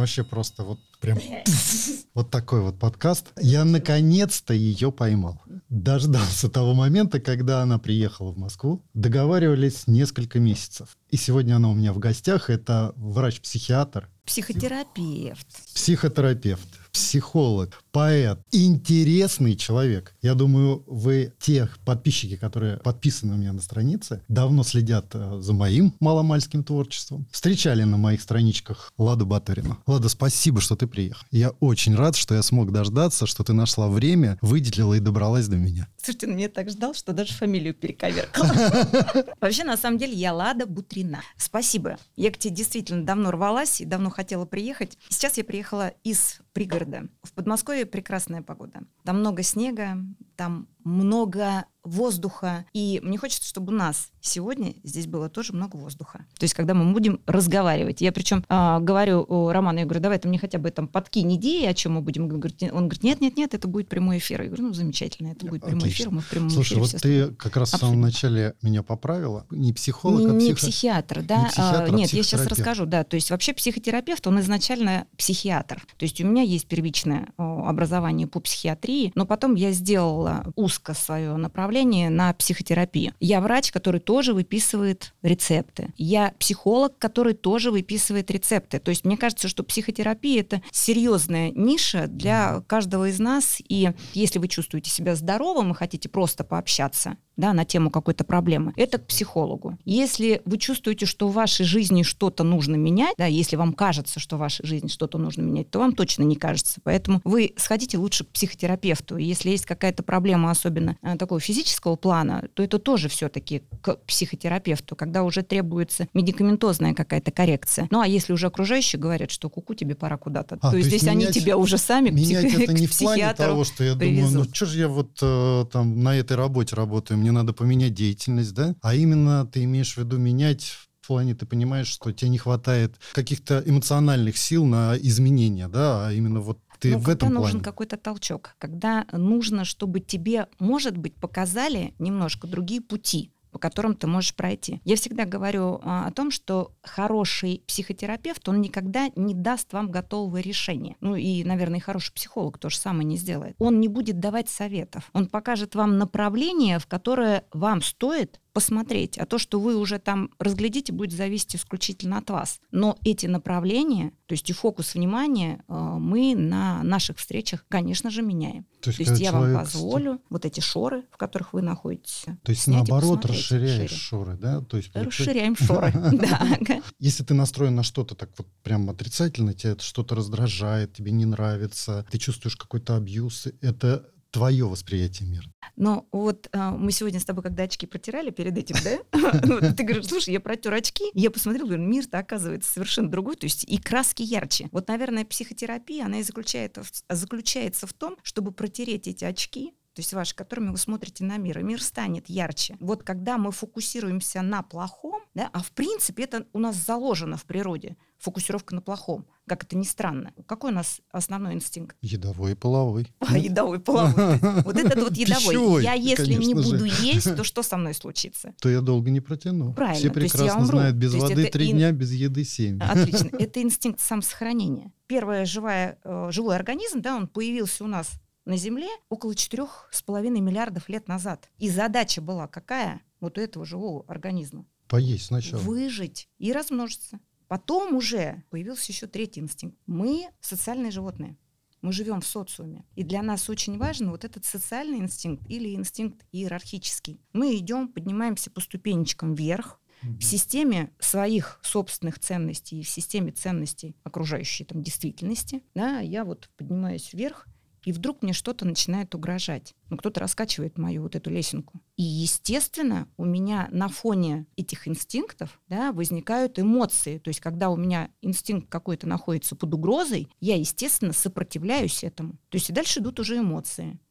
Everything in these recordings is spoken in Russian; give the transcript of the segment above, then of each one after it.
вообще просто вот прям вот такой вот подкаст. Я наконец-то ее поймал. Дождался того момента, когда она приехала в Москву. Договаривались несколько месяцев. И сегодня она у меня в гостях. Это врач-психиатр. Психотерапевт. Психотерапевт, психолог, поэт, интересный человек. Я думаю, вы, те подписчики, которые подписаны у меня на странице, давно следят за моим маломальским творчеством. Встречали на моих страничках Ладу Батурину. Лада, спасибо, что ты приехал. Я очень рад, что я смог дождаться, что ты нашла время, выделила и добралась до меня. Слушайте, он меня так ждал, что даже фамилию перековеркала. Вообще, на самом деле, я Лада Бутрина. Спасибо. Я к тебе действительно давно рвалась и давно хотела приехать. Сейчас я приехала из пригорода. В Подмосковье прекрасная погода. Там много снега, там много воздуха. И мне хочется, чтобы у нас сегодня здесь было тоже много воздуха. То есть, когда мы будем разговаривать. Я причем говорю Роману, я говорю, давай ты мне хотя бы там подкинь идеи, о чем мы будем. Он говорит, нет, это будет прямой эфир. Я говорю, ну, замечательно, это будет прямой эфир, мы в прямом Слушай, эфире. Вот ты как раз в самом начале меня поправила. Не психолог, а не психиатр, да. Не психиатр, нет, я сейчас расскажу, да. То есть, вообще психотерапевт, он изначально психиатр. То есть, у меня есть первичное образование по психиатрии, но потом я сделала узко свое направление на психотерапию. Я врач, который тоже выписывает рецепты. Я психолог, который тоже выписывает рецепты. То есть мне кажется, что психотерапия — это серьезная ниша для каждого из нас. И если вы чувствуете себя здоровым и хотите просто пообщаться, да, на тему какой-то проблемы, это к психологу. Если вы чувствуете, что в вашей жизни что-то нужно менять, да, если вам кажется, что в вашей жизни что-то нужно менять, то вам точно не кажется. Поэтому вы сходите лучше к психотерапевту. И если есть какая-то проблема, особенно такого физического плана, то это тоже все-таки к психотерапевту, когда уже требуется медикаментозная какая-то коррекция. Ну, а если уже окружающие говорят, что куку, тебе пора куда-то, то есть здесь они тебя уже сами менять это не к в плане того, что я привезут. думаю, ну что же я вот там на этой работе работаю, мне надо поменять деятельность, да? А именно ты имеешь в виду менять в плане, ты понимаешь, что тебе не хватает каких-то эмоциональных сил на изменения, да? А именно вот ты в этом плане. Когда нужен какой-то толчок, когда нужно, чтобы тебе, может быть, показали немножко другие пути, по которым ты можешь пройти. Я всегда говорю о том, что хороший психотерапевт, он никогда не даст вам готового решения. Ну и, наверное, и хороший психолог то же самое не сделает. Он не будет давать советов. Он покажет вам направление, в которое вам стоит посмотреть, а то, что вы уже там разглядите, будет зависеть исключительно от вас. Но эти направления, то есть и фокус внимания, мы на наших встречах, конечно же, меняем. То есть я вам позволю вот эти шоры, в которых вы находитесь, то есть наоборот расширяешь шоры, да? То есть расширяем шоры, да. Если ты настроен на что-то так вот прям отрицательно, тебя это что-то раздражает, тебе не нравится, ты чувствуешь какой-то абьюз, это твое восприятие мира. Но вот мы сегодня с тобой, когда очки протирали перед этим, да, ты говоришь, слушай, я протер очки, я посмотрела, говорю, мир-то оказывается совершенно другой, то есть и краски ярче. Вот, наверное, психотерапия, она и заключается в том, чтобы протереть эти очки, то есть ваши, которыми вы смотрите на мир, и мир станет ярче. Вот когда мы фокусируемся на плохом, да, а в принципе это у нас заложено в природе, фокусировка на плохом, как это ни странно. Какой у нас основной инстинкт? Едовой и половой. Едовой и половой. Вот этот вот едовой. Пищевой, Я если не конечно буду же. есть, то что со мной случится? То я долго не протяну. Правильно. Все То есть я прекрасно умру. знают, без То есть воды это 3 дня, без еды 7. Отлично. Это инстинкт самосохранения. Первый живой организм, да, он появился у нас на Земле около 4,5 миллиардов лет назад. И задача была какая вот у этого живого организма? Поесть сначала. Выжить и размножиться. Потом уже появился еще третий инстинкт. Мы социальные животные. Мы живем в социуме. И для нас очень важен вот этот социальный инстинкт или инстинкт иерархический. Мы идем, поднимаемся по ступенечкам вверх, в системе своих собственных ценностей и в системе ценностей окружающей там действительности. Да, я вот поднимаюсь вверх, и вдруг мне что-то начинает угрожать. Ну, кто-то раскачивает мою вот эту лесенку. И, естественно, у меня на фоне этих инстинктов, да, возникают эмоции. То есть, когда у меня инстинкт какой-то находится под угрозой, я, естественно, сопротивляюсь этому. То есть, и дальше идут уже эмоции.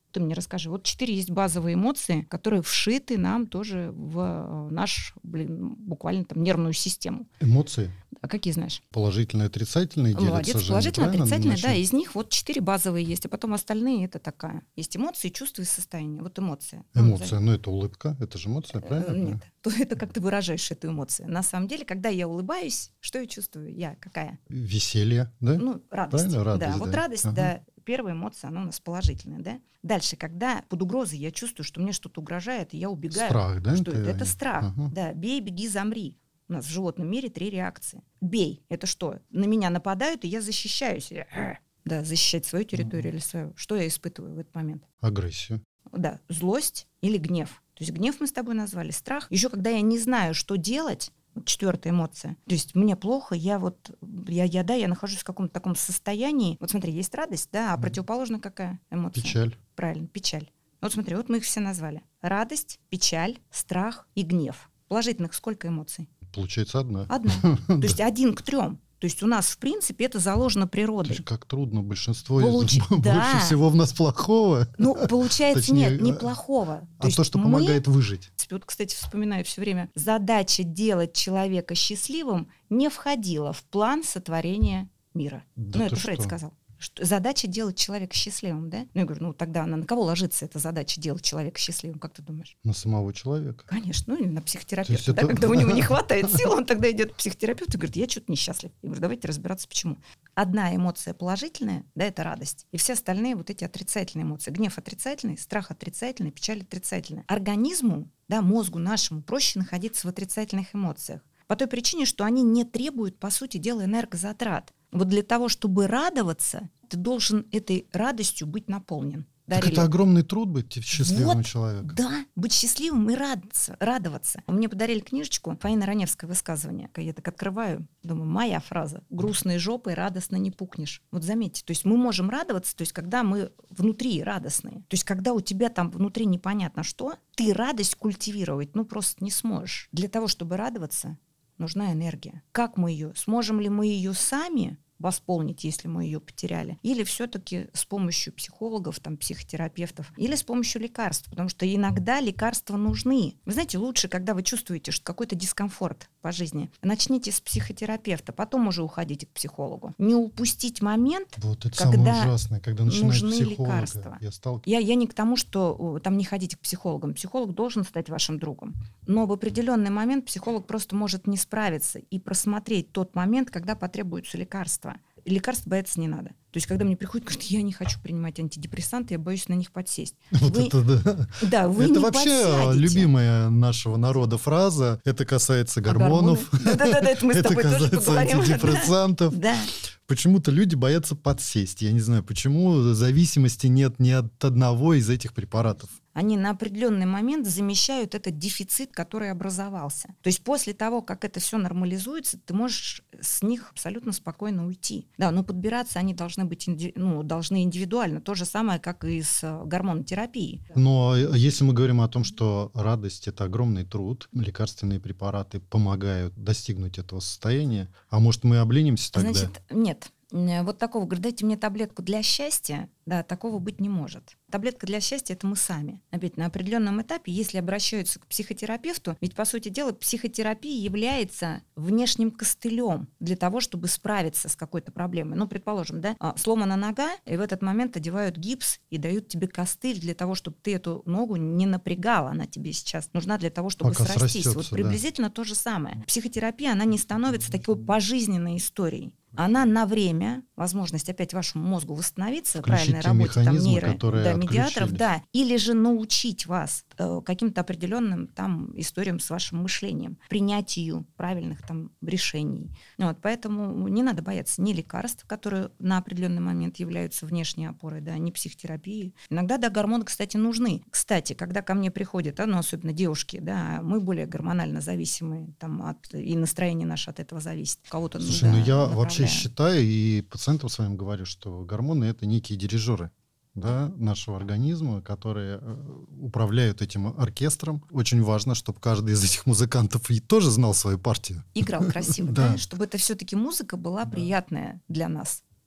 Ты мне расскажи. Вот 4 есть базовые эмоции, которые вшиты нам тоже в наш, буквально там нервную систему. Эмоции? А какие знаешь? Положительные, отрицательные делятся Молодец, же, положительные, правильно? отрицательные, да. Из них вот 4 базовые есть, а потом остальные это такая. Есть эмоции, чувства и состояния. Вот эмоция. Эмоция, это улыбка, это же эмоция, правильно? Нет, то это как ты выражаешь эту эмоцию. На самом деле, когда я улыбаюсь, что я чувствую? Я какая? Веселье, да? Радость. Правильно? Радость, да, вот радость, ага. да. Первая эмоция, она у нас положительная, да? Дальше, когда под угрозой я чувствую, что мне что-то угрожает, и я убегаю. Страх, да? Что это? Это страх. Ага. Да, бей, беги, замри. У нас в животном мире 3 реакции. Бей – это что? На меня нападают, и я защищаюсь. Да, защищать свою территорию или свою. Что я испытываю в этот момент? Агрессию. Да, злость или гнев. То есть гнев мы с тобой назвали, страх. Еще когда я не знаю, что делать, 4-я эмоция. То есть мне плохо, я нахожусь в каком-то таком состоянии. Вот смотри, есть радость, да, а противоположно какая эмоция? Печаль. Правильно, печаль. Вот смотри, вот мы их все назвали. Радость, печаль, страх и гнев. Положительных сколько эмоций? Получается одна. Одна. То есть 1 к 3. То есть у нас, в принципе, это заложено природой. То есть как трудно, большинство больше всего в нас плохого. Получается, точнее, нет, не плохого. То, что помогает выжить. Вот, кстати, вспоминаю все время, задача делать человека счастливым не входила в план сотворения мира. Да это Фрейд сказал. Задача делать человека счастливым, да? Я говорю, тогда на кого ложится эта задача делать человека счастливым, как ты думаешь? На самого человека. Конечно, или на психотерапевта. Да? Когда у него не хватает сил, он тогда идет к психотерапевту и говорит, я что-то несчастлив. Я говорю, давайте разбираться, почему. Одна эмоция положительная, да, это радость. И все остальные вот эти отрицательные эмоции. Гнев отрицательный, страх отрицательный, печаль отрицательная. Организму, да, мозгу нашему проще находиться в отрицательных эмоциях. По той причине, что они не требуют, по сути дела, энергозатрат. Вот для того, чтобы радоваться, ты должен этой радостью быть наполнен. Так это огромный труд быть счастливым человеком. Да, быть счастливым и радоваться. Мне подарили книжечку Фаины Раневской «Высказывание». Я так открываю, думаю, моя фраза. «Грустной жопой радостно не пукнешь». Вот заметьте, то есть мы можем радоваться, то есть когда мы внутри радостные. То есть когда у тебя там внутри непонятно что, ты радость культивировать просто не сможешь. Для того, чтобы радоваться, нужна энергия. Как мы ее? Сможем ли мы ее сами восполнить, если мы ее потеряли? Или все-таки с помощью психологов, психотерапевтов? Или с помощью лекарств? Потому что иногда лекарства нужны. Вы знаете, лучше, когда вы чувствуете, что какой-то дискомфорт по жизни, начните с психотерапевта, потом уже уходите к психологу. Не упустить момент, вот это когда самое ужасное, когда начинают нужны психолога. лекарства. Я не к тому, что не ходите к психологам. Психолог должен стать вашим другом. Но в определенный момент психолог просто может не справиться и просмотреть тот момент, когда потребуются лекарства. Лекарств бояться не надо. То есть, когда мне приходят, говорят, я не хочу принимать антидепрессанты, я боюсь на них подсесть. Вот это да. Да, вы это не вообще подсядете. Любимая нашего народа фраза. Это касается гормонов. Да, это мы с тобой тоже поговорим. Это касается антидепрессантов. Да. Почему-то люди боятся подсесть. Я не знаю, почему зависимости нет ни от одного из этих препаратов. Они на определенный момент замещают этот дефицит, который образовался. То есть после того, как это все нормализуется, ты можешь с них абсолютно спокойно уйти. Да, но подбираться они должны быть должны индивидуально. То же самое, как и с гормонотерапией. Но если мы говорим о том, что радость — это огромный труд, лекарственные препараты помогают достигнуть этого состояния, а может, мы обленимся тогда? Значит, нет. Вот такого, говорю, дайте мне таблетку для счастья, да, такого быть не может. Таблетка для счастья — это мы сами. Опять на определенном этапе, если обращаются к психотерапевту, ведь, по сути дела, психотерапия является внешним костылем для того, чтобы справиться с какой-то проблемой. Предположим, да, сломана нога, и в этот момент одевают гипс и дают тебе костыль для того, чтобы ты эту ногу не напрягала. Она тебе сейчас нужна для того, чтобы срастись. Вот приблизительно то же самое. Психотерапия, она не становится такой пожизненной историей. Она на время, возможность опять вашему мозгу восстановиться, правильной работе медиаторов, да, или же научить вас каким-то определенным историям с вашим мышлением, принятию правильных решений. Поэтому не надо бояться ни лекарств, которые на определенный момент являются внешней опорой, да, ни психотерапии. Иногда, да, гормоны, кстати, нужны. Кстати, когда ко мне приходят, особенно девушки, да, мы более гормонально зависимы, и настроение наше от этого зависит. Кого-то, слушай, я вообще считаю и пациентам своим говорю, что гормоны — это некие дирижеры, да, нашего организма, которые управляют этим оркестром. Очень важно, чтобы каждый из этих музыкантов и тоже знал свою партию. Играл красиво, да, чтобы это все-таки музыка была приятная для нас.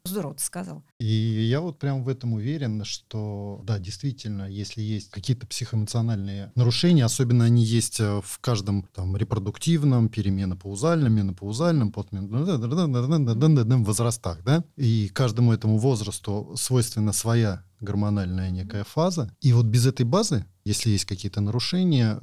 Здорово ты сказал. И я вот прям в этом уверен, что да, действительно, если есть какие-то психоэмоциональные нарушения, особенно они есть в каждом там репродуктивном, перименопаузальном, менопаузальном, возрастах, да, и каждому этому возрасту свойственна своя гормональная некая фаза. И вот без этой базы, если есть какие-то нарушения,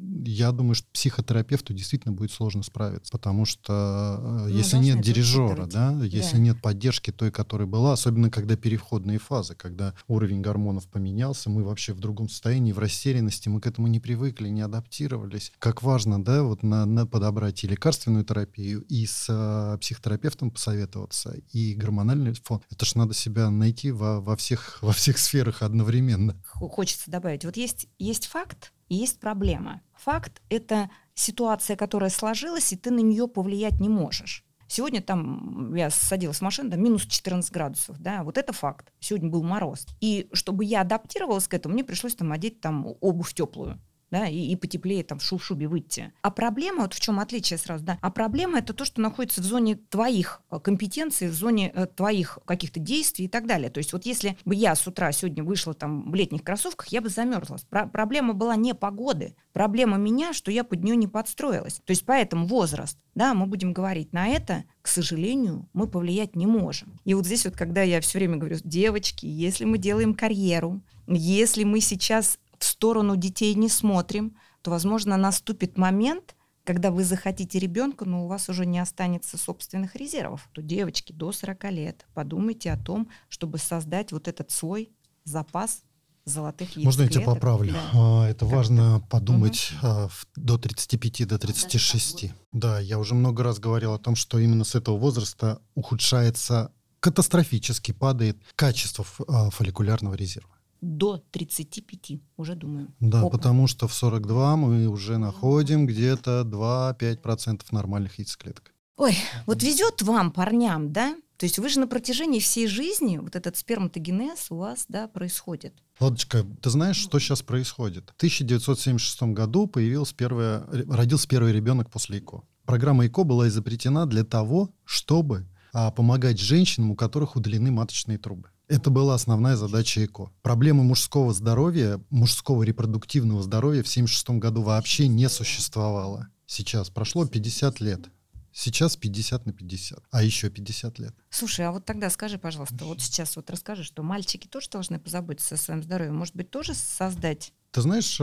я думаю, что психотерапевту действительно будет сложно справиться, потому что если нет дирижера, да, если нет поддержки той, которая была, особенно когда переходные фазы, когда уровень гормонов поменялся, мы вообще в другом состоянии, в растерянности, мы к этому не привыкли, не адаптировались. Как важно, да, вот подобрать и лекарственную терапию, и с психотерапевтом посоветоваться, и гормональный фон. Это ж надо себя найти во всех сферах одновременно. Хочется добавить. Вот есть факт и есть проблема. Факт — это ситуация, которая сложилась, и ты на нее повлиять не можешь. Сегодня там я садилась в машину, там минус 14 градусов, да, вот это факт. Сегодня был мороз. И чтобы я адаптировалась к этому, мне пришлось там одеть там обувь теплую. Да, и потеплее там в шубе выйти. А проблема, вот в чем отличие сразу, да, а проблема — это то, что находится в зоне твоих компетенций, в зоне твоих каких-то действий и так далее. То есть вот если бы я с утра сегодня вышла там в летних кроссовках, я бы замерзла. Проблема была не погоды, проблема меня, что я под нее не подстроилась. То есть поэтому возраст, да, мы будем говорить на это, к сожалению, мы повлиять не можем. И вот здесь вот, когда я все время говорю, девочки, если мы делаем карьеру, если мы сейчас в сторону детей не смотрим, то, возможно, наступит момент, когда вы захотите ребенка, но у вас уже не останется собственных резервов. То, девочки, до 40 лет подумайте о том, чтобы создать вот этот свой запас золотых яйцеклеток. Можно я тебя поправлю? Да. Это важно подумать до 35, до 36. Да, я уже много раз говорил о том, что именно с этого возраста ухудшается, катастрофически падает качество фолликулярного резерва. До 35, уже думаю. Да, потому что в 42 мы уже находим где-то 2-5% нормальных яйцеклеток. Ой, вот везет вам, парням, да? То есть вы же на протяжении всей жизни, вот этот сперматогенез у вас, да, происходит. Ладочка, ты знаешь, что сейчас происходит? В 1976 году родился первый ребенок после ЭКО. Программа ЭКО была изобретена для того, чтобы помогать женщинам, у которых удалены маточные трубы. Это была основная задача ЭКО. Проблемы мужского здоровья, мужского репродуктивного здоровья в 1976 году вообще не существовало. Сейчас прошло 50 лет. Сейчас 50 на 50, а еще 50 лет. Слушай, а вот тогда скажи, пожалуйста, вот сейчас вот расскажи, что мальчики тоже должны позаботиться о своем здоровье. Может быть, тоже создать? Ты знаешь,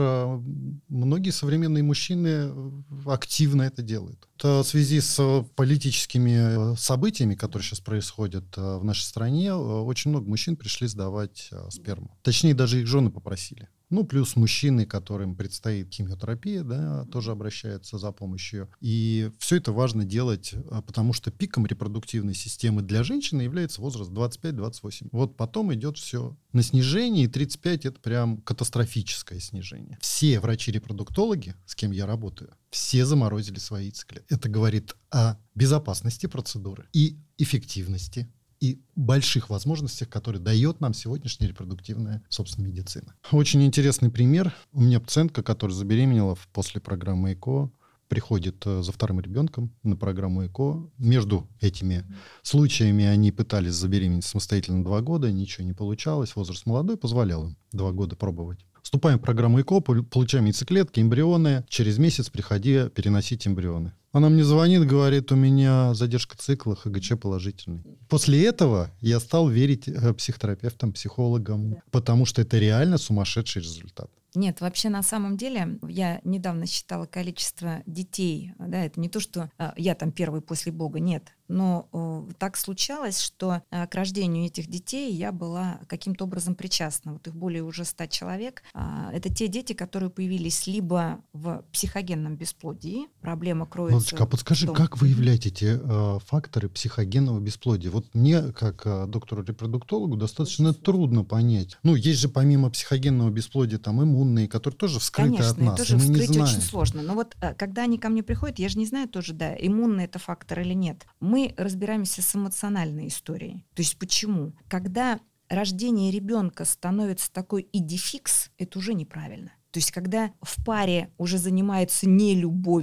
многие современные мужчины активно это делают. В связи с политическими событиями, которые сейчас происходят в нашей стране, очень много мужчин пришли сдавать сперму. Точнее, даже их жены попросили. Ну, плюс мужчины, которым предстоит химиотерапия, да, тоже обращаются за помощью. И все это важно делать, потому что пиком репродуктивной системы для женщины является возраст 25-28. Вот потом идет все на снижение, и 35 — это прям катастрофическое снижение. Все врачи-репродуктологи, с кем я работаю, все заморозили свои яйцеклетки. Это говорит о безопасности процедуры и эффективности, и больших возможностях, которые дает нам сегодняшняя репродуктивная, собственно, медицина. Очень интересный пример. У меня пациентка, которая забеременела после программы ЭКО, приходит за вторым ребенком на программу ЭКО. Между этими случаями они пытались забеременеть самостоятельно 2 года, ничего не получалось. Возраст молодой позволял им 2 года пробовать. Вступаем в программу ЭКО, получаем яйцеклетки, эмбрионы. Через месяц приходи переносить эмбрионы. Она мне звонит, говорит, у меня задержка цикла, ХГЧ положительный. После этого я стал верить психотерапевтам, психологам, потому что это реально сумасшедший результат. Нет, вообще на самом деле я недавно считала количество детей, да, это не то, что я там первый после Бога, нет, но так случалось, что к рождению этих детей я была каким-то образом причастна. Вот их более уже 100 человек. Это те дети, которые появились либо в психогенном бесплодии, проблема кроется... Лодочка, а подскажи, как выявлять эти факторы психогенного бесплодия? Вот мне, как доктору-репродуктологу, достаточно трудно понять. Ну, есть же помимо психогенного бесплодия там иммунные, которые тоже вскрыты. Конечно, от нас, тоже вскрыть очень сложно. Но вот когда они ко мне приходят, я же не знаю тоже, да, иммунный это фактор или нет. Мы разбираемся с эмоциональной историей. То есть почему? Когда рождение ребенка становится такой идификс, это уже неправильно. То есть когда в паре уже занимаются не любовью,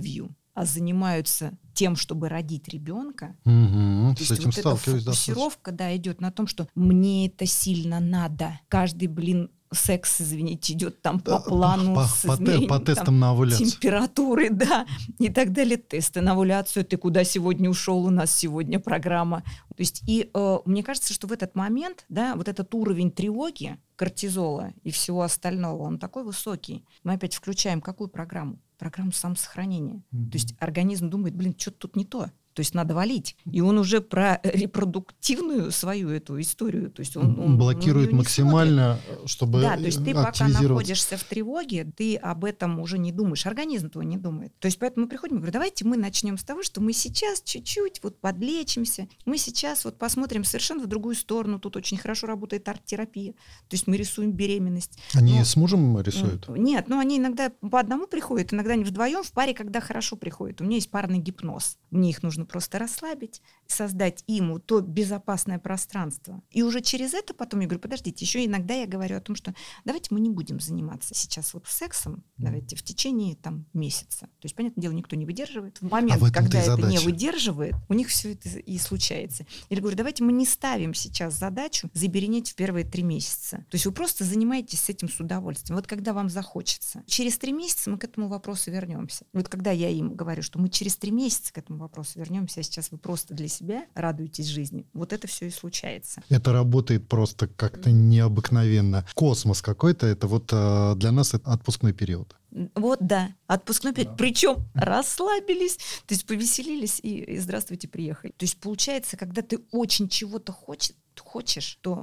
а занимаются тем, чтобы родить ребенка. С То есть этим вот эта сталкиваюсь фокусировка, да, идет на том, что мне это сильно надо. Каждый, секс, извините, идет там по плану с измерением по тестам на овуляцию. температуры, да, и так далее. Тесты на овуляцию. Ты куда сегодня ушел? У нас сегодня программа. То есть мне кажется, что в этот момент, да, вот этот уровень тревоги, кортизола и всего остального, он такой высокий. Мы опять включаем какую программу? Программу самосохранения. То есть организм думает, что-то тут не то. То есть надо валить. И он уже про репродуктивную свою эту историю. То есть он блокирует максимально, чтобы да, то есть ты пока активизироваться. находишься в тревоге, ты об этом уже не думаешь. Организм твой не думает. То есть поэтому мы приходим и говорим, давайте мы начнем с того, что мы сейчас чуть-чуть подлечимся. Мы сейчас посмотрим совершенно в другую сторону. Тут очень хорошо работает арт-терапия. То есть мы рисуем беременность. Они с мужем рисуют? Нет, они иногда по одному приходят, иногда они вдвоем, в паре, когда хорошо приходят. У меня есть парный гипноз. Мне их нужно просто расслабить, создать им то безопасное пространство. И уже через это потом я говорю, подождите, еще иногда я говорю о том, что давайте мы не будем заниматься сейчас сексом, давайте в течение месяца. То есть, понятное дело, никто не выдерживает. В момент, когда это не выдерживает, у них все это и случается. Или говорю, давайте мы не ставим сейчас задачу забеременеть в первые 3 месяца. То есть вы просто занимаетесь с этим с удовольствием. Вот когда вам захочется. Через 3 месяца мы к этому вопросу вернемся. Вот когда я им говорю, что мы через 3 месяца к этому вопросу вернемся, а сейчас вы просто для себя радуетесь жизни, вот это все и случается. Это работает просто как-то необыкновенно. Космос какой-то, это для нас это отпускной период. Вот, да, отпускной период. Да. Причем расслабились, то есть повеселились и здравствуйте, приехали. То есть получается, когда ты очень чего-то хочешь, то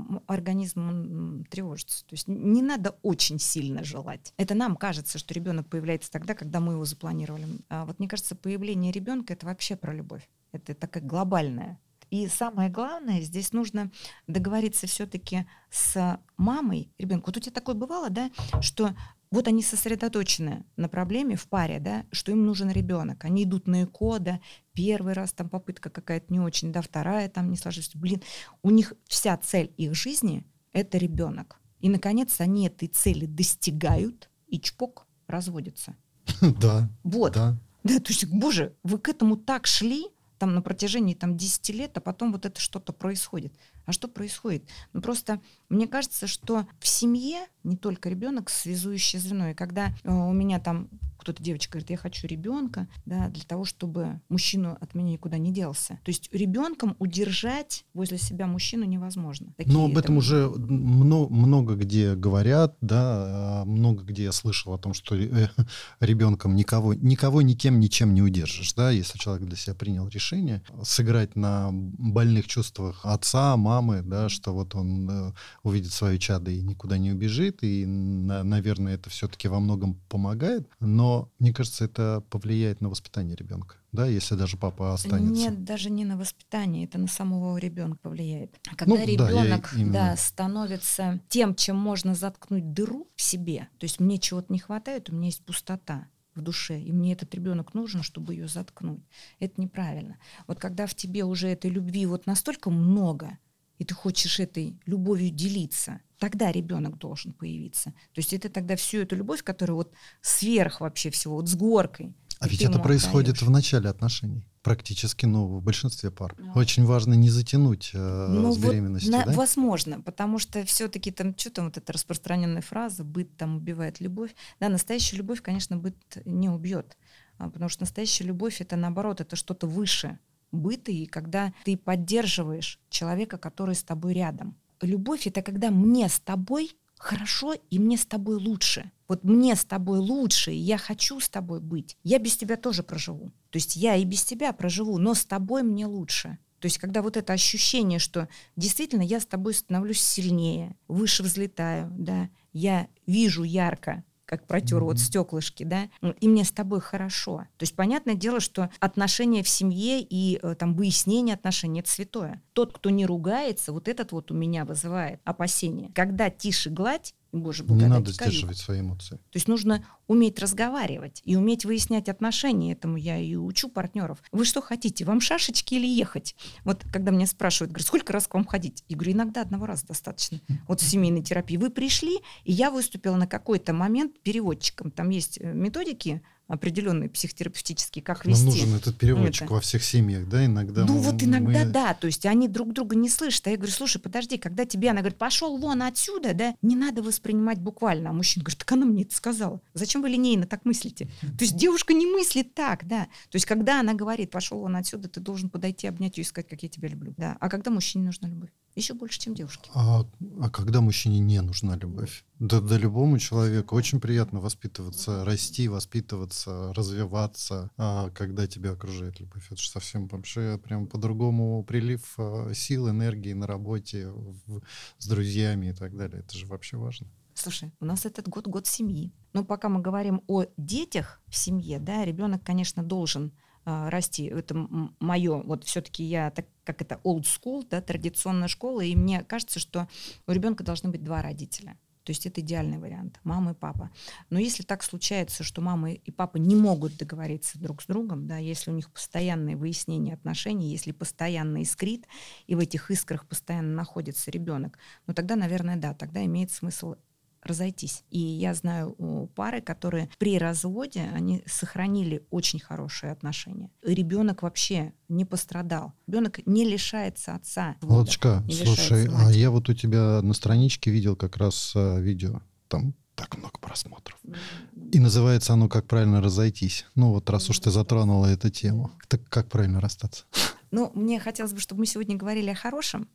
организм тревожится. То есть не надо очень сильно желать. Это нам кажется, что ребенок появляется тогда, когда мы его запланировали. А вот мне кажется, появление ребенка — это вообще про любовь. Это такая глобальная. И самое главное, здесь нужно договориться все-таки с мамой ребенка. Вот у тебя такое бывало, да, что вот они сосредоточены на проблеме в паре, да, что им нужен ребенок. Они идут на ЭКО, да, первый раз попытка какая-то не очень, да, вторая не сложилась. У них вся цель их жизни — это ребенок. И, наконец, они этой цели достигают и чпок, разводятся. Да. Вот. Да, то есть, боже, вы к этому так шли, на протяжении 10 лет, а потом вот это что-то происходит. А что происходит? Просто мне кажется, что в семье не только ребенок связующее звено. И когда у меня кто-то, девочка, говорит, я хочу ребенка, да, для того, чтобы мужчина от меня никуда не делся. То есть ребенком удержать возле себя мужчину невозможно. Но об этом уже много где говорят, да, много где я слышал о том, что ребенком никого никем, ничем не удержишь, да, если человек для себя принял решение сыграть на больных чувствах отца, мамы, да, что вот он увидит свое чадо и никуда не убежит, и, наверное, это все-таки во многом помогает, но мне кажется, это повлияет на воспитание ребенка, да, если даже папа останется. Нет, даже не на воспитание, это на самого ребенка повлияет. Когда ребенок становится тем, чем можно заткнуть дыру в себе, то есть мне чего-то не хватает, у меня есть пустота в душе, и мне этот ребенок нужен, чтобы ее заткнуть. Это неправильно. Вот когда в тебе уже этой любви настолько много, и ты хочешь этой любовью делиться, тогда ребенок должен появиться. То есть это тогда всю эту любовь, которая сверх вообще всего, с горкой. А ведь это происходит в начале отношений. Практически, в большинстве пар. Очень важно не затянуть с беременностью, да? Возможно, потому что все-таки эта распространенная фраза «быт убивает любовь». Да, настоящая любовь, конечно, быт не убьет, потому что настоящая любовь — это наоборот, это что-то выше быта, и когда ты поддерживаешь человека, который с тобой рядом. Любовь — это когда мне с тобой хорошо, и мне с тобой лучше. Вот мне с тобой лучше, и я хочу с тобой быть. Я без тебя тоже проживу. То есть я и без тебя проживу, но с тобой мне лучше. То есть когда это ощущение, что действительно я с тобой становлюсь сильнее, выше взлетаю, да, я вижу ярко, как протер стеклышки, да, и мне с тобой хорошо. То есть понятное дело, что отношения в семье и выяснение отношений — это святое. Тот, кто не ругается, этот у меня вызывает опасения. Когда тише гладь, Боже, не надо сдерживать свои эмоции. То есть нужно уметь разговаривать и уметь выяснять отношения. Этому я и учу партнеров. Вы что хотите, вам шашечки или ехать? Вот когда меня спрашивают, говорят, сколько раз к вам ходить? Я говорю, иногда одного раза достаточно. В семейной терапии вы пришли, и я выступила на какой-то момент переводчиком. Там есть методики определенные психотерапевтические, как Нам вести. нужен этот переводчик во всех семьях, да, иногда. Ну вот иногда да, то есть они друг друга не слышат. А я говорю, слушай, подожди, когда тебе она говорит, пошел вон отсюда, да, не надо воспринимать буквально. А мужчина говорит, так она мне это сказала. Зачем вы линейно так мыслите? То есть девушка не мыслит так, да. То есть когда она говорит, пошел вон отсюда, ты должен подойти, обнять ее и сказать, как я тебя люблю. Да. А когда мужчине нужна любовь? Еще больше, чем девушке. А когда мужчине не нужна любовь? Да любому человеку очень приятно воспитываться, расти, воспитываться, развиваться, когда тебя окружает любовь. Это же совсем вообще прям по-другому прилив сил, энергии на работе, с друзьями и так далее. Это же вообще важно. Слушай, у нас этот год семьи. Но пока мы говорим о детях в семье, да, ребенок, конечно, должен расти. Это мое, вот все-таки я, так как это old school, да, традиционная школа, и мне кажется, что у ребенка должны быть 2 родителя. То есть это идеальный вариант, мама и папа. Но если так случается, что мама и папа не могут договориться друг с другом, да, если у них постоянное выяснение отношений, если постоянно искрит, и в этих искрах постоянно находится ребенок, ну тогда, наверное, да, тогда имеет смысл разойтись. И я знаю пары, которые при разводе, они сохранили очень хорошие отношения. Ребенок вообще не пострадал. Ребенок не лишается отца. Володечка, слушай, а я вот у тебя на страничке видел как раз видео. Там так много просмотров. И называется оно «Как правильно разойтись». Ну вот раз уж ты затронула эту тему. Так как правильно расстаться? Ну, мне хотелось бы, чтобы мы сегодня говорили о хорошем.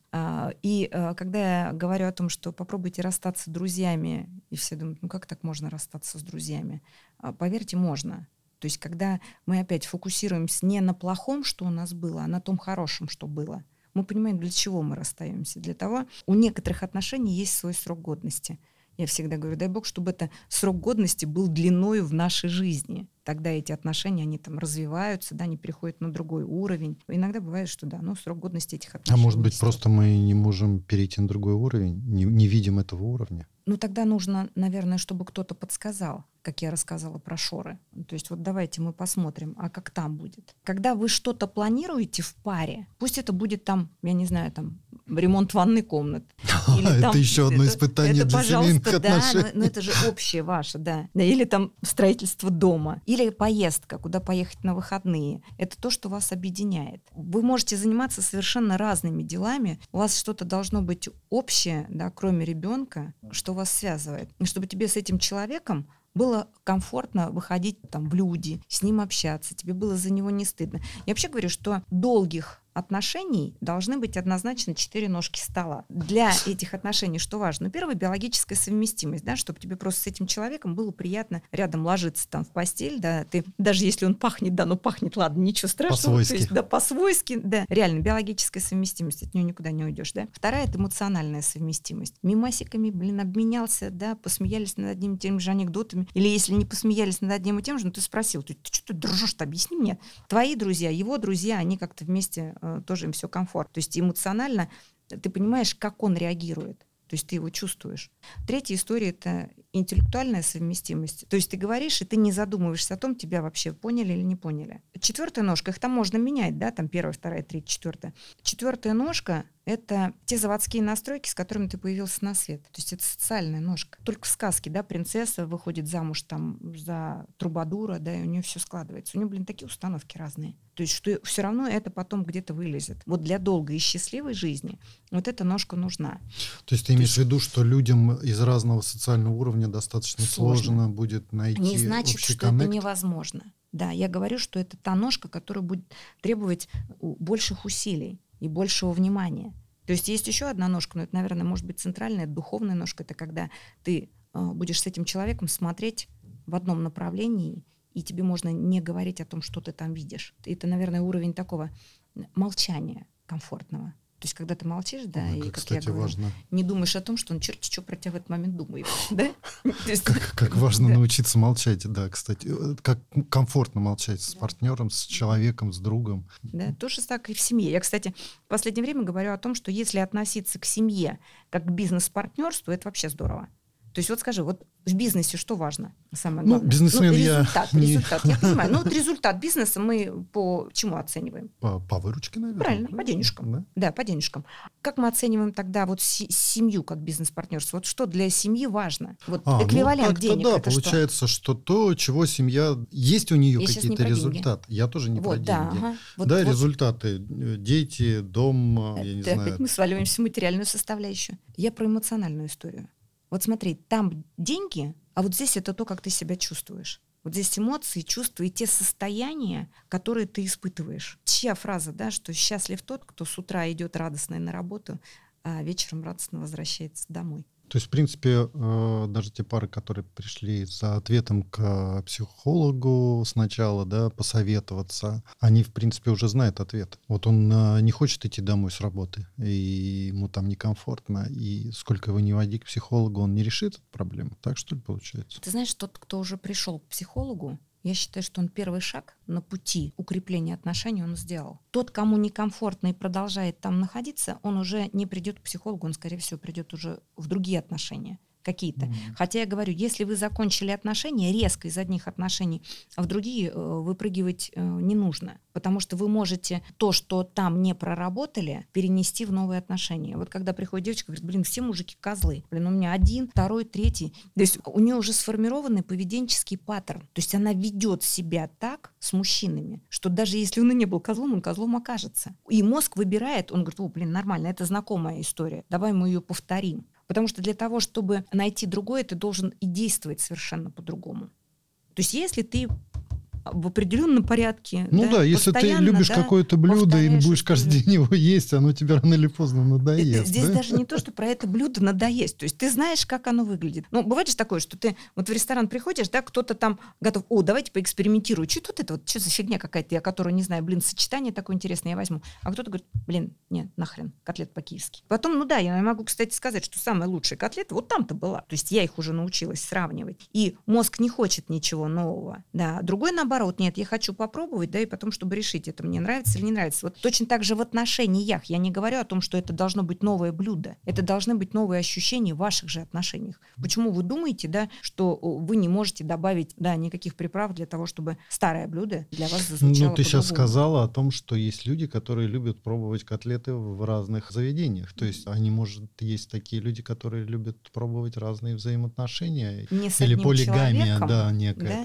И когда я говорю о том, что попробуйте расстаться с друзьями, и все думают, ну как так можно расстаться с друзьями? Поверьте, можно. То есть когда мы опять фокусируемся не на плохом, что у нас было, а на том хорошем, что было. Мы понимаем, для чего мы расстаемся. Для того, у некоторых отношений есть свой срок годности. Я всегда говорю, дай бог, чтобы это срок годности был длиною в нашей жизни. Тогда эти отношения, они там развиваются, да, они переходят на другой уровень. Иногда бывает, что да, но срок годности этих отношений. А может быть, просто мы не можем перейти на другой уровень, не видим этого уровня? Ну, тогда нужно, наверное, чтобы кто-то подсказал, как я рассказала про шоры. То есть вот давайте мы посмотрим, а как там будет. Когда вы что-то планируете в паре, пусть это будет там, я не знаю, там ремонт ванной комнаты. Это еще одно испытание для семейных отношений. Да, но это же общее ваше, да. Или там строительство дома, или поездка, куда поехать на выходные. Это то, что вас объединяет. Вы можете заниматься совершенно разными делами. У вас что-то должно быть общее, да, кроме ребенка, что вас связывает. И чтобы тебе с этим человеком было комфортно выходить там в люди, с ним общаться, тебе было за него не стыдно. Я вообще говорю, что долгих отношений должны быть однозначно 4 ножки стола. Для этих отношений что важно? Ну, первое, биологическая совместимость, да, чтобы тебе просто с этим человеком было приятно рядом ложиться там в постель, да, ты, даже если он пахнет, да, ну пахнет, ладно, ничего страшного. По-свойски. То есть, да, по-свойски, да, реально, биологическая совместимость, от нее никуда не уйдешь, да. Вторая — это эмоциональная совместимость. Мимасиками, обменялся, да, посмеялись над одним и тем же анекдотами, или если не посмеялись над одним и тем же, ну ты спросил, ты что ты дружишь-то, объясни мне. Твои друзья, его друзья, они как-то вместе тоже им все комфорт. То есть эмоционально ты понимаешь, как он реагирует. То есть ты его чувствуешь. Третья история — это интеллектуальная совместимость. То есть ты говоришь, и ты не задумываешься о том, тебя вообще поняли или не поняли. 4-я ножка, их там можно менять, да, там 1-я, 2-я, 3-я, 4-я. 4-я ножка — это те заводские настройки, с которыми ты появился на свет. То есть это социальная ножка. Только в сказке, да, принцесса выходит замуж там за трубадура, да, и у нее все складывается. У нее, такие установки разные. То есть что все равно это потом где-то вылезет. Вот для долгой и счастливой жизни вот эта ножка нужна. То есть ты имеешь в виду, что людям из разного социального уровня достаточно сложно будет найти общий коннект? Не значит, что это невозможно. Да, я говорю, что это та ножка, которая будет требовать больших усилий и большего внимания. То есть есть еще одна ножка, но это, наверное, может быть центральная, это духовная ножка. Это когда ты будешь с этим человеком смотреть в одном направлении, и тебе можно не говорить о том, что ты там видишь. Это, наверное, уровень такого молчания комфортного. То есть, когда ты молчишь, да, Ой, и, как кстати, я говорю, важно. не думаешь о том, что он черти что про тебя в этот момент думает. Да? Как важно научиться молчать, да, кстати. Как комфортно молчать с партнером, с человеком, с другом. Да, тоже так и в семье. Я, кстати, в последнее время говорю о том, что если относиться к семье как к бизнес-партнерству, это вообще здорово. То есть вот скажи, вот в бизнесе что важно? Самое главное. Бизнесмен результат. Я понимаю. Вот результат бизнеса мы по чему оцениваем? По выручке, наверное. Правильно, по денежкам. Да, по денежкам. Как мы оцениваем тогда вот семью как бизнес-партнерство? Вот что для семьи важно? Вот эквивалент денег. Да, получается, что то, чего семья... Есть у нее какие-то результаты. Я тоже не про деньги. Да, результаты. Дети, дом, я не знаю. Опять мы сваливаемся в материальную составляющую. Я про эмоциональную историю. Вот смотри, там деньги, а вот здесь это то, как ты себя чувствуешь. Вот здесь эмоции, чувства и те состояния, которые ты испытываешь. Чья фраза, да, что счастлив тот, кто с утра идет радостный на работу, а вечером радостно возвращается домой. То есть, в принципе, даже те пары, которые пришли за ответом к психологу сначала, да, посоветоваться, они, в принципе, уже знают ответ. Вот он не хочет идти домой с работы, и ему там некомфортно, и сколько его ни води к психологу, он не решит эту проблему. Так, что ли, получается? Ты знаешь, тот, кто уже пришел к психологу, я считаю, что он первый шаг на пути укрепления отношений он сделал. Тот, кому некомфортно и продолжает там находиться, он уже не придет к психологу, он, скорее всего, придет уже в другие отношения какие-то. Хотя я говорю, если вы закончили отношения, резко из одних отношений в другие выпрыгивать не нужно. Потому что вы можете то, что там не проработали, перенести в новые отношения. Вот когда приходит девочка, говорит, все мужики козлы. У меня один, второй, третий. То есть у нее уже сформированный поведенческий паттерн. То есть она ведет себя так с мужчинами, что даже если он и не был козлом, он козлом окажется. И мозг выбирает, он говорит, нормально, это знакомая история. Давай мы ее повторим. Потому что для того, чтобы найти другое, ты должен и действовать совершенно по-другому. То есть если ты в определенном порядке. Если ты любишь какое-то блюдо и будешь каждый день его есть, оно тебе рано или поздно надоест. Здесь даже не то, что про это блюдо надоест. То есть ты знаешь, как оно выглядит. Бывает же такое, что ты вот в ресторан приходишь, да, кто-то там готов, давайте поэкспериментирую. Что за фигня какая-то, я которую не знаю, сочетание такое интересное, я возьму. А кто-то говорит, нет, нахрен, котлет по-киевски. Потом, я могу, кстати, сказать, что самая лучшая котлета вот там-то была. То есть я их уже научилась сравнивать. И мозг не хочет ничего нового. Да. Другой, наоборот, нет, я хочу попробовать, да, и потом, чтобы решить, это мне нравится или не нравится. Вот точно так же в отношениях. Я не говорю о том, что это должно быть новое блюдо. Это должны быть новые ощущения в ваших же отношениях. Почему вы думаете, да, что вы не можете добавить, да, никаких приправ для того, чтобы старое блюдо для вас зазвучало ты сейчас сказала о том, что есть люди, которые любят пробовать котлеты в разных заведениях. То есть есть такие люди, которые любят пробовать разные взаимоотношения. Или полигамия, да, некая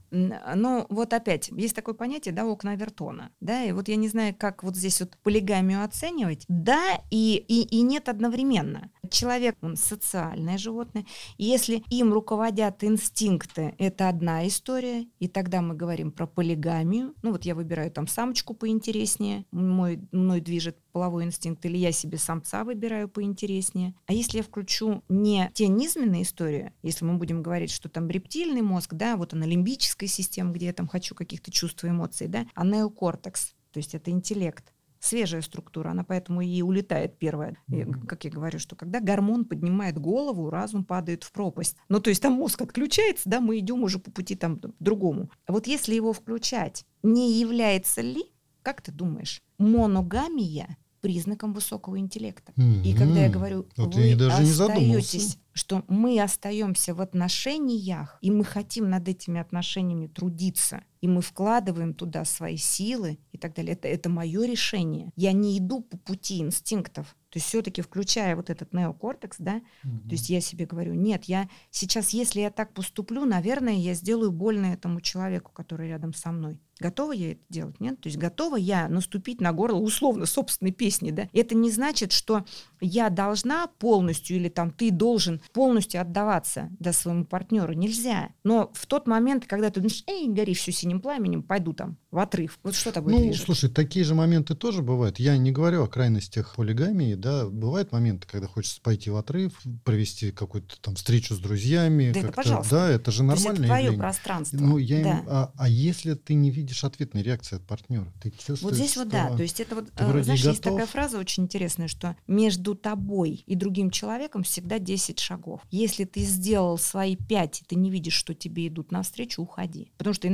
такая. Вот опять, есть такое понятие, да, окна Овертона, да, и вот я не знаю, как вот здесь вот полигамию оценивать, да, и нет одновременно. Человек, он социальное животное, и если им руководят инстинкты, это одна история, и тогда мы говорим про полигамию, я выбираю там самочку поинтереснее, мной движет половой инстинкт, или я себе самца выбираю поинтереснее. А если я включу не те низменные истории, если мы будем говорить, что там рептильный мозг, да, вот она лимбическая система, где я там хочу каких-то чувств и эмоций, да, а неокортекс, то есть это интеллект, свежая структура, она поэтому и улетает первая. Как я говорю, что когда гормон поднимает голову, разум падает в пропасть. То есть там мозг отключается, да, мы идем уже по пути там другому. А вот если его включать, не является ли, как ты думаешь, моногамия признаком высокого интеллекта? И когда я говорю, вы остаетесь, что мы остаемся в отношениях, и мы хотим над этими отношениями трудиться, и мы вкладываем туда свои силы и так далее, это мое решение. Я не иду по пути инстинктов. То есть все-таки включая вот этот неокортекс, да, то есть я себе говорю, нет, я сейчас, если я так поступлю, наверное, я сделаю больно этому человеку, который рядом со мной. Готова я это делать? Нет? То есть готова я наступить на горло условно собственной песни, да? Это не значит, что я должна полностью или там ты должен полностью отдаваться, да, своему партнеру. Нельзя. Но в тот момент, когда ты думаешь, гори все синим пламенем, пойду там в отрыв. Вот что тобой движет? Слушай, такие же моменты тоже бывают. Я не говорю о крайностях полигамии, да. Бывают моменты, когда хочется пойти в отрыв, провести какую-то там встречу с друзьями. Да, это пожалуйста. Да, это же нормальное явление. Это твое пространство. Да. А если ты не видишь ответной реакции от партнера? Ты чувствуешь, вот здесь что да. То есть это знаешь, есть такая фраза очень интересная, что между тобой и другим человеком всегда 10 шагов. Если ты сделал свои 5, и ты не видишь, что тебе идут навстречу, уходи. Потому что иногда бывает,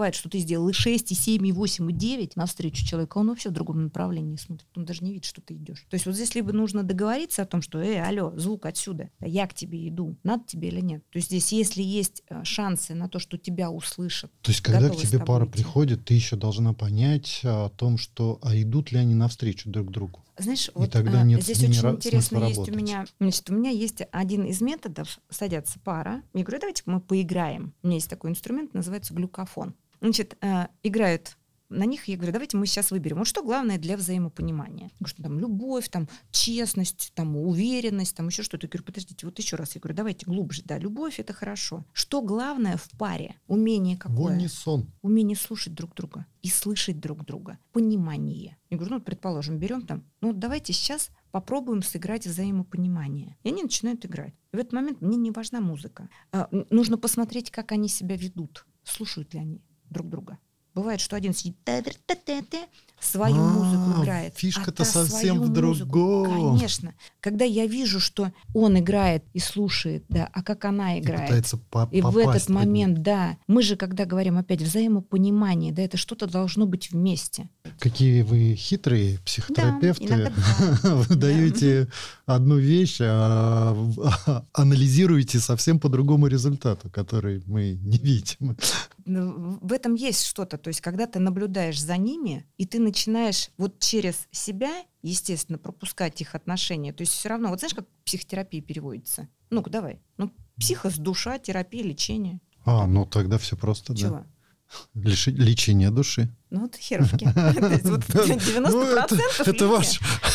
бывает, что ты сделал и 6, и 7, и 8, и 9 навстречу человеку, а он вообще в другом направлении смотрит, он даже не видит, что ты идешь. То есть вот здесь либо нужно договориться о том, что, алло, звук отсюда, я к тебе иду, надо тебе или нет. То есть здесь, если есть шансы на то, что тебя услышат, То есть, когда к тебе пара приходит, ты еще должна понять о том, что, идут ли они навстречу друг другу. Знаешь, И вот тогда нет здесь очень интересно есть работать. у меня есть один из методов, садятся пара, я говорю, давайте мы поиграем. У меня есть такой инструмент, называется глюкофон. Значит, играют на них, я говорю, давайте мы сейчас выберем. Вот что главное для взаимопонимания? Я говорю, что там любовь, там честность, там уверенность, там еще что-то. Я говорю, подождите, вот еще раз. Я говорю, давайте глубже. Да, любовь — это хорошо. Что главное в паре? Умение какое? В унисон. Умение слушать друг друга и слышать друг друга. Понимание. Я говорю, ну, предположим, берем там, ну, давайте сейчас попробуем сыграть взаимопонимание. И они начинают играть. И в этот момент мне не важна музыка. Нужно посмотреть, как они себя ведут. Слушают ли они друг друга. Бывает, что один сидит, свою музыку играет. Фишка-то совсем в другом. Конечно. Когда я вижу, что он играет и слушает, да, а как она играет. И пытается попасть. И в этот момент, да, мы же, когда говорим опять взаимопонимание, да, это что-то должно быть вместе. Какие вы хитрые психотерапевты. Да, вы даете одну вещь, а анализируете совсем по другому результату, который мы не видим. В этом есть что-то. То есть, когда ты наблюдаешь за ними, и ты начинаешь вот через себя, естественно, пропускать их отношения. То есть все равно, вот знаешь, как психотерапия переводится? Ну-ка, давай. Ну, психос, душа, терапия, лечение. Ну тогда все просто, чего? Да. Лечение души. Ну, вот херовки. То есть вот 90% это ваш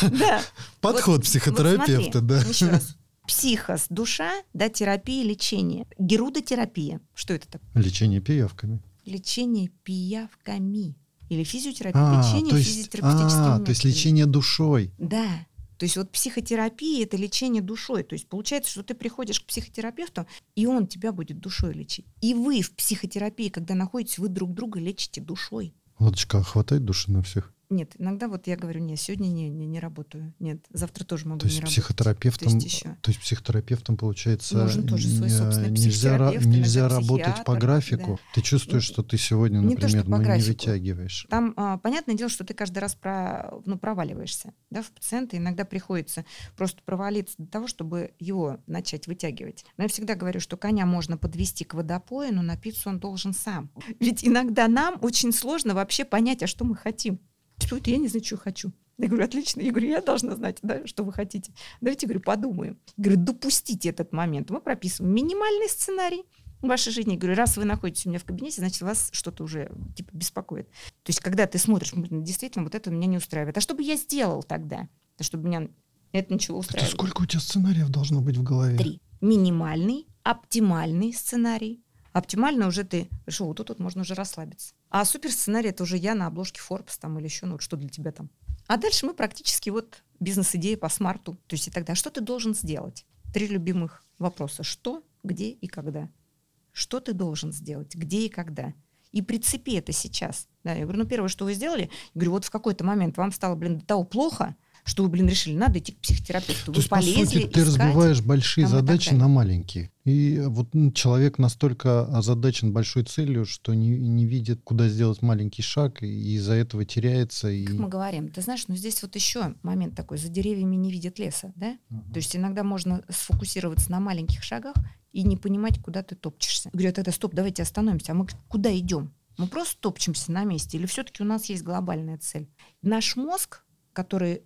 подход психотерапевта, да. Еще раз. Психос, душа, да, терапия, лечение. Герудотерапия. Что это такое? Лечение пиявками. Лечение пиявками. Или физиотерапия. Лечение физиотерапевтическими методами. То есть лечение душой. Да. То есть вот психотерапия — это лечение душой. То есть получается, что ты приходишь к психотерапевту, и он тебя будет душой лечить. И вы в психотерапии, когда находитесь, вы друг друга лечите душой. Лодочка, хватает души на всех? Нет, иногда вот я говорю, нет, сегодня не работаю. Нет, завтра тоже могу то есть не психотерапевтом, работать. То есть психотерапевтом, получается, нужен тоже свой собственный психотерапевт, нельзя работать по графику. Да. Ты чувствуешь, что ты сегодня, например, не вытягиваешь. Там, понятное дело, что ты каждый раз проваливаешься, да, в пациента. Иногда приходится просто провалиться для того, чтобы его начать вытягивать. Но я всегда говорю, что коня можно подвести к водопою, но напиться он должен сам. Ведь иногда нам очень сложно вообще понять, а что мы хотим. Я не знаю, что хочу. Я говорю, отлично. Я говорю, я должна знать, да, что вы хотите. Давайте, говорю, подумаем. Я говорю, допустите этот момент. Мы прописываем минимальный сценарий в вашей жизни. Я говорю, раз вы находитесь у меня в кабинете, значит, вас что-то уже беспокоит. То есть, когда ты смотришь, действительно, вот это меня не устраивает. А что бы я сделал тогда? Чтобы меня это ничего устраивает. Это сколько у тебя сценариев должно быть в голове? 3. Минимальный, оптимальный сценарий. Оптимально уже ты решил, вот тут можно уже расслабиться. А суперсценарий — это уже я на обложке Forbes там, или еще, что для тебя там. А дальше мы практически бизнес-идея по смарту. То есть и тогда, что ты должен сделать? 3 любимых вопроса. Что, где и когда. Что ты должен сделать, где и когда. И прицепи это сейчас. Да, я говорю, первое, что вы сделали, я говорю, вот в какой-то момент вам стало, до того плохо, что вы, решили, надо идти к психотерапевту. Вы полезли, по сути, ты разбиваешь большие задачи на маленькие. И вот человек настолько озадачен большой целью, что не видит, куда сделать маленький шаг, и из-за этого теряется. Как мы говорим, ты знаешь, здесь еще момент такой, за деревьями не видят леса, да? То есть иногда можно сфокусироваться на маленьких шагах и не понимать, куда ты топчешься. Я говорю, тогда стоп, давайте остановимся. А мы куда идем? Мы просто топчемся на месте? Или все-таки у нас есть глобальная цель? Наш мозг, который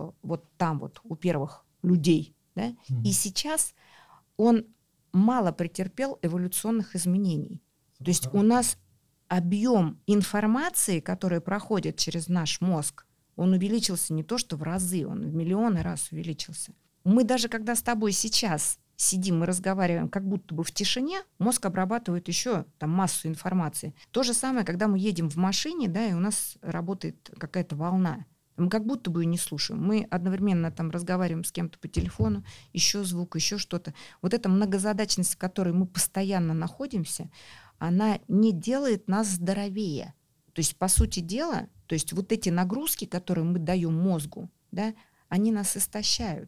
там у первых людей, да, и сейчас он мало претерпел эволюционных изменений. То есть у нас объем информации, который проходит через наш мозг, он увеличился не то что в разы, он в миллионы раз увеличился. Мы даже когда с тобой сейчас сидим и разговариваем как будто бы в тишине, мозг обрабатывает еще массу информации. То же самое, когда мы едем в машине, да, и у нас работает какая-то волна. Мы как будто бы ее не слушаем. Мы одновременно разговариваем с кем-то по телефону, еще звук, еще что-то. Вот эта многозадачность, в которой мы постоянно находимся, она не делает нас здоровее. То есть, по сути дела, то есть вот эти нагрузки, которые мы даем мозгу, да, они нас истощают.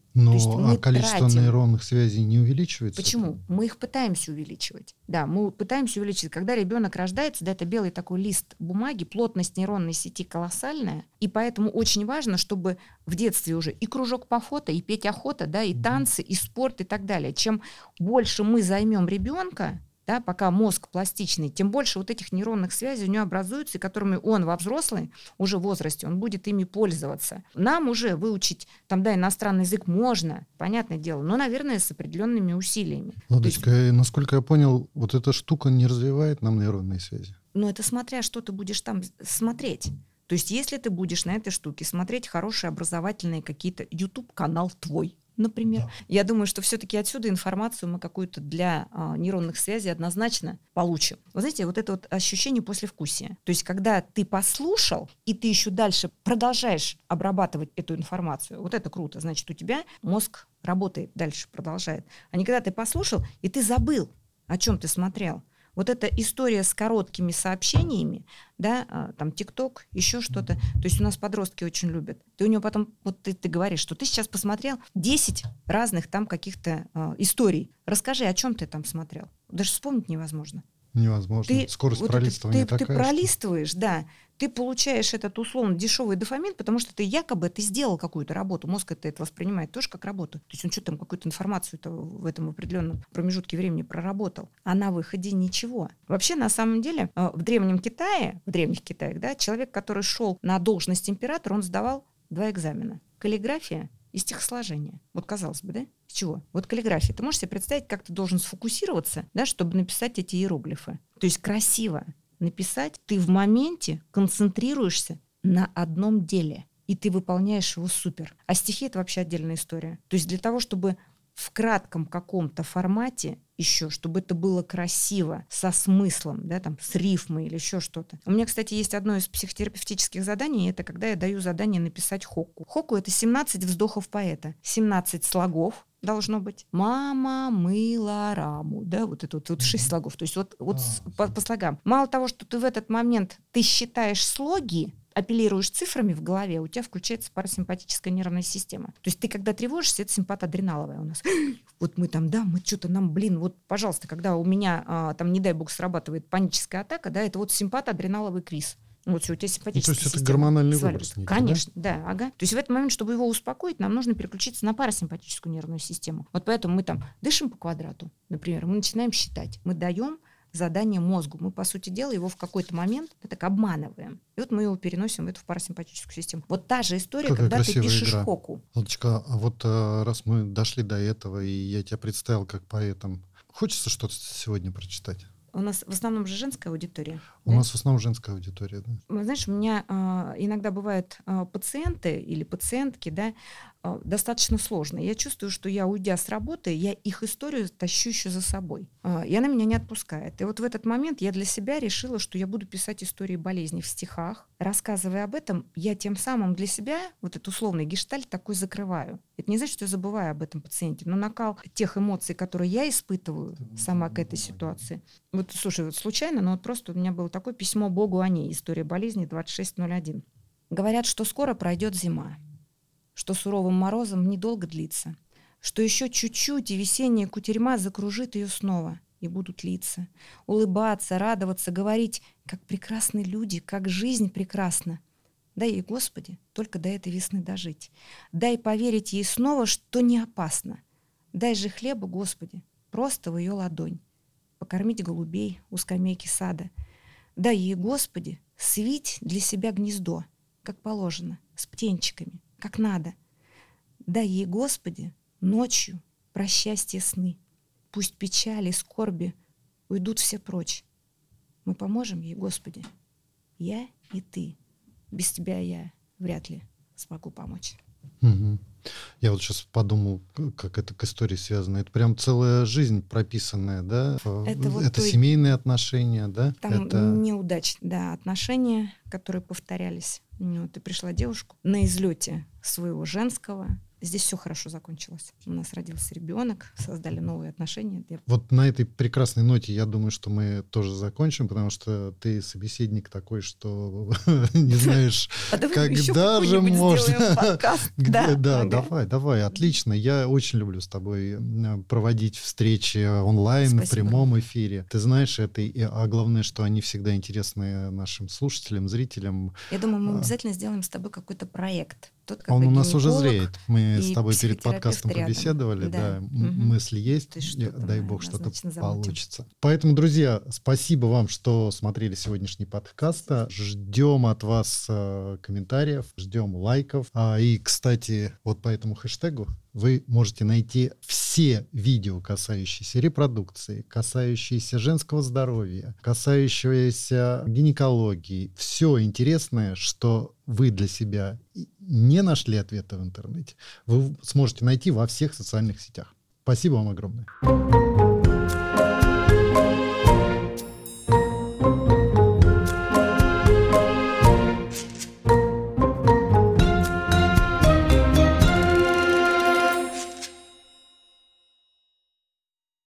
Но То есть мы количество тратим. нейронных связей не увеличивается? Почему? Мы их пытаемся увеличивать. Да, мы пытаемся увеличивать. Когда ребенок рождается, да, это белый такой лист бумаги, плотность нейронной сети колоссальная, и поэтому очень важно, чтобы в детстве уже и кружок по фото, и петь охота, да, и танцы, и спорт, и так далее. Чем больше мы займем ребенка, да, пока мозг пластичный, тем больше вот этих нейронных связей у него образуются, и которыми он во взрослой уже возрасте, он будет ими пользоваться. Нам уже выучить там, да, иностранный язык можно, понятное дело, но, наверное, с определенными усилиями. Ладочка, насколько я понял, вот эта штука не развивает нам нейронные связи. Но это смотря, что ты будешь там смотреть. То есть если ты будешь на этой штуке смотреть хорошие образовательные какие-то YouTube-канал твой, например. Да. Я думаю, что все-таки отсюда информацию мы какую-то для нейронных связей однозначно получим. Вы знаете, вот это вот ощущение послевкусия. То есть когда ты послушал, и ты еще дальше продолжаешь обрабатывать эту информацию, вот это круто. Значит, у тебя мозг работает дальше, продолжает. А не когда ты послушал, и ты забыл, о чем ты смотрел. Вот эта история с короткими сообщениями, да, там ТикТок, еще что-то. То есть у нас подростки очень любят. Ты у него потом, вот ты говоришь, что ты сейчас посмотрел 10 разных там каких-то историй. Расскажи, о чем ты там смотрел. Даже вспомнить невозможно. Невозможно. Скорость вот пролистывания такая. Ты пролистываешь, да. Ты получаешь этот условно дешевый дофамин, потому что ты якобы сделал какую-то работу. Мозг это воспринимает тоже как работу. То есть он что-то там какую-то информацию в этом определенном промежутке времени проработал. А на выходе ничего. Вообще, на самом деле, в древних Китаях, да, человек, который шел на должность императора, он сдавал 2 экзамена. Каллиграфия и стихосложение. Вот казалось бы, да? С чего? Вот каллиграфия. Ты можешь себе представить, как ты должен сфокусироваться, да, чтобы написать эти иероглифы. То есть красиво написать, ты в моменте концентрируешься на одном деле, и ты выполняешь его супер. А стихи — это вообще отдельная история. То есть для того, чтобы в кратком каком-то формате еще, чтобы это было красиво, со смыслом, да, там, с рифмой или еще что-то. У меня, кстати, есть одно из психотерапевтических заданий, это когда я даю задание написать хокку. Хокку — это 17 вздохов поэта, 17 слогов, должно быть. Мама мыла раму, да, вот это вот 6 слогов. То есть вот по слогам. Мало того, что ты в этот момент ты считаешь слоги, апеллируешь цифрами в голове, у тебя включается парасимпатическая нервная система. То есть ты, когда тревожишься, это симпатоадреналовая у нас. Вот мы там, да, мы что-то нам, вот, пожалуйста, когда у меня, там, не дай бог, срабатывает паническая атака, да, это вот симпатоадреналовый криз. Вот все, у тебя симпатическая система. То есть это гормональный выброс. Конечно, да, ага. То есть в этот момент, чтобы его успокоить, нам нужно переключиться на парасимпатическую нервную систему. Вот поэтому мы там дышим по квадрату, например, мы начинаем считать, мы даем задание мозгу. Мы, по сути дела, его в какой-то момент так обманываем. И вот мы его переносим в парасимпатическую систему. Вот та же история, какая когда ты пишешь хокку. Ладочка, а вот раз мы дошли до этого, и я тебя представил как поэтом, хочется что-то сегодня прочитать? У нас в основном же женская аудитория. У нас в основном женская аудитория, да. Знаешь, у меня иногда бывают пациенты или пациентки, да, достаточно сложные. Я чувствую, что я, уйдя с работы, я их историю тащу еще за собой. И она меня не отпускает. И вот в этот момент я для себя решила, что я буду писать истории болезней в стихах. Рассказывая об этом, я тем самым для себя вот этот условный гештальт такой закрываю. Это не значит, что я забываю об этом пациенте, но накал тех эмоций, которые я испытываю сама к этой ситуации. Вот, слушай, вот случайно, но вот просто у меня было такое письмо Богу о ней, история болезни 2601. Говорят, что скоро пройдет зима, что суровым морозом недолго длится, что еще чуть-чуть, и весенняя кутерьма закружит ее снова, и будут литься, улыбаться, радоваться, говорить, как прекрасны люди, как жизнь прекрасна. Дай ей, Господи, только до этой весны дожить. Дай поверить ей снова, что не опасно. Дай же хлеба, Господи, просто в ее ладонь. Покормить голубей у скамейки сада. Дай ей, Господи, свить для себя гнездо, как положено, с птенчиками, как надо. Дай ей, Господи, ночью про счастье сны. Пусть печали, скорби уйдут все прочь. Мы поможем ей, Господи, я и ты. Без тебя я вряд ли смогу помочь. Угу. Я вот сейчас подумал, как это к истории связано. Это прям целая жизнь прописанная, да? Это семейные отношения, да? Там неудачные, да, отношения, которые повторялись. Вот, и пришла девушка на излете своего женского, здесь все хорошо закончилось. У нас родился ребенок, создали новые отношения. Вот на этой прекрасной ноте я думаю, что мы тоже закончим, потому что ты собеседник такой, что не знаешь, когда же можно... Да, давай, отлично. Я очень люблю с тобой проводить встречи онлайн, в прямом эфире. Ты знаешь, а главное, что они всегда интересны нашим слушателям, зрителям. Я думаю, мы обязательно сделаем с тобой какой-то проект. Он у нас уже зреет. Мы с тобой перед подкастом побеседовали. Да. Мысли есть. Дай бог, что-то получится. Поэтому, друзья, спасибо вам, что смотрели сегодняшний подкаст. Ждем от вас комментариев, ждем лайков. И, кстати, вот по этому хэштегу вы можете найти все видео, касающиеся репродукции, касающиеся женского здоровья, касающиеся гинекологии. Все интересное, что вы для себя не нашли ответа в интернете, вы сможете найти во всех социальных сетях. Спасибо вам огромное.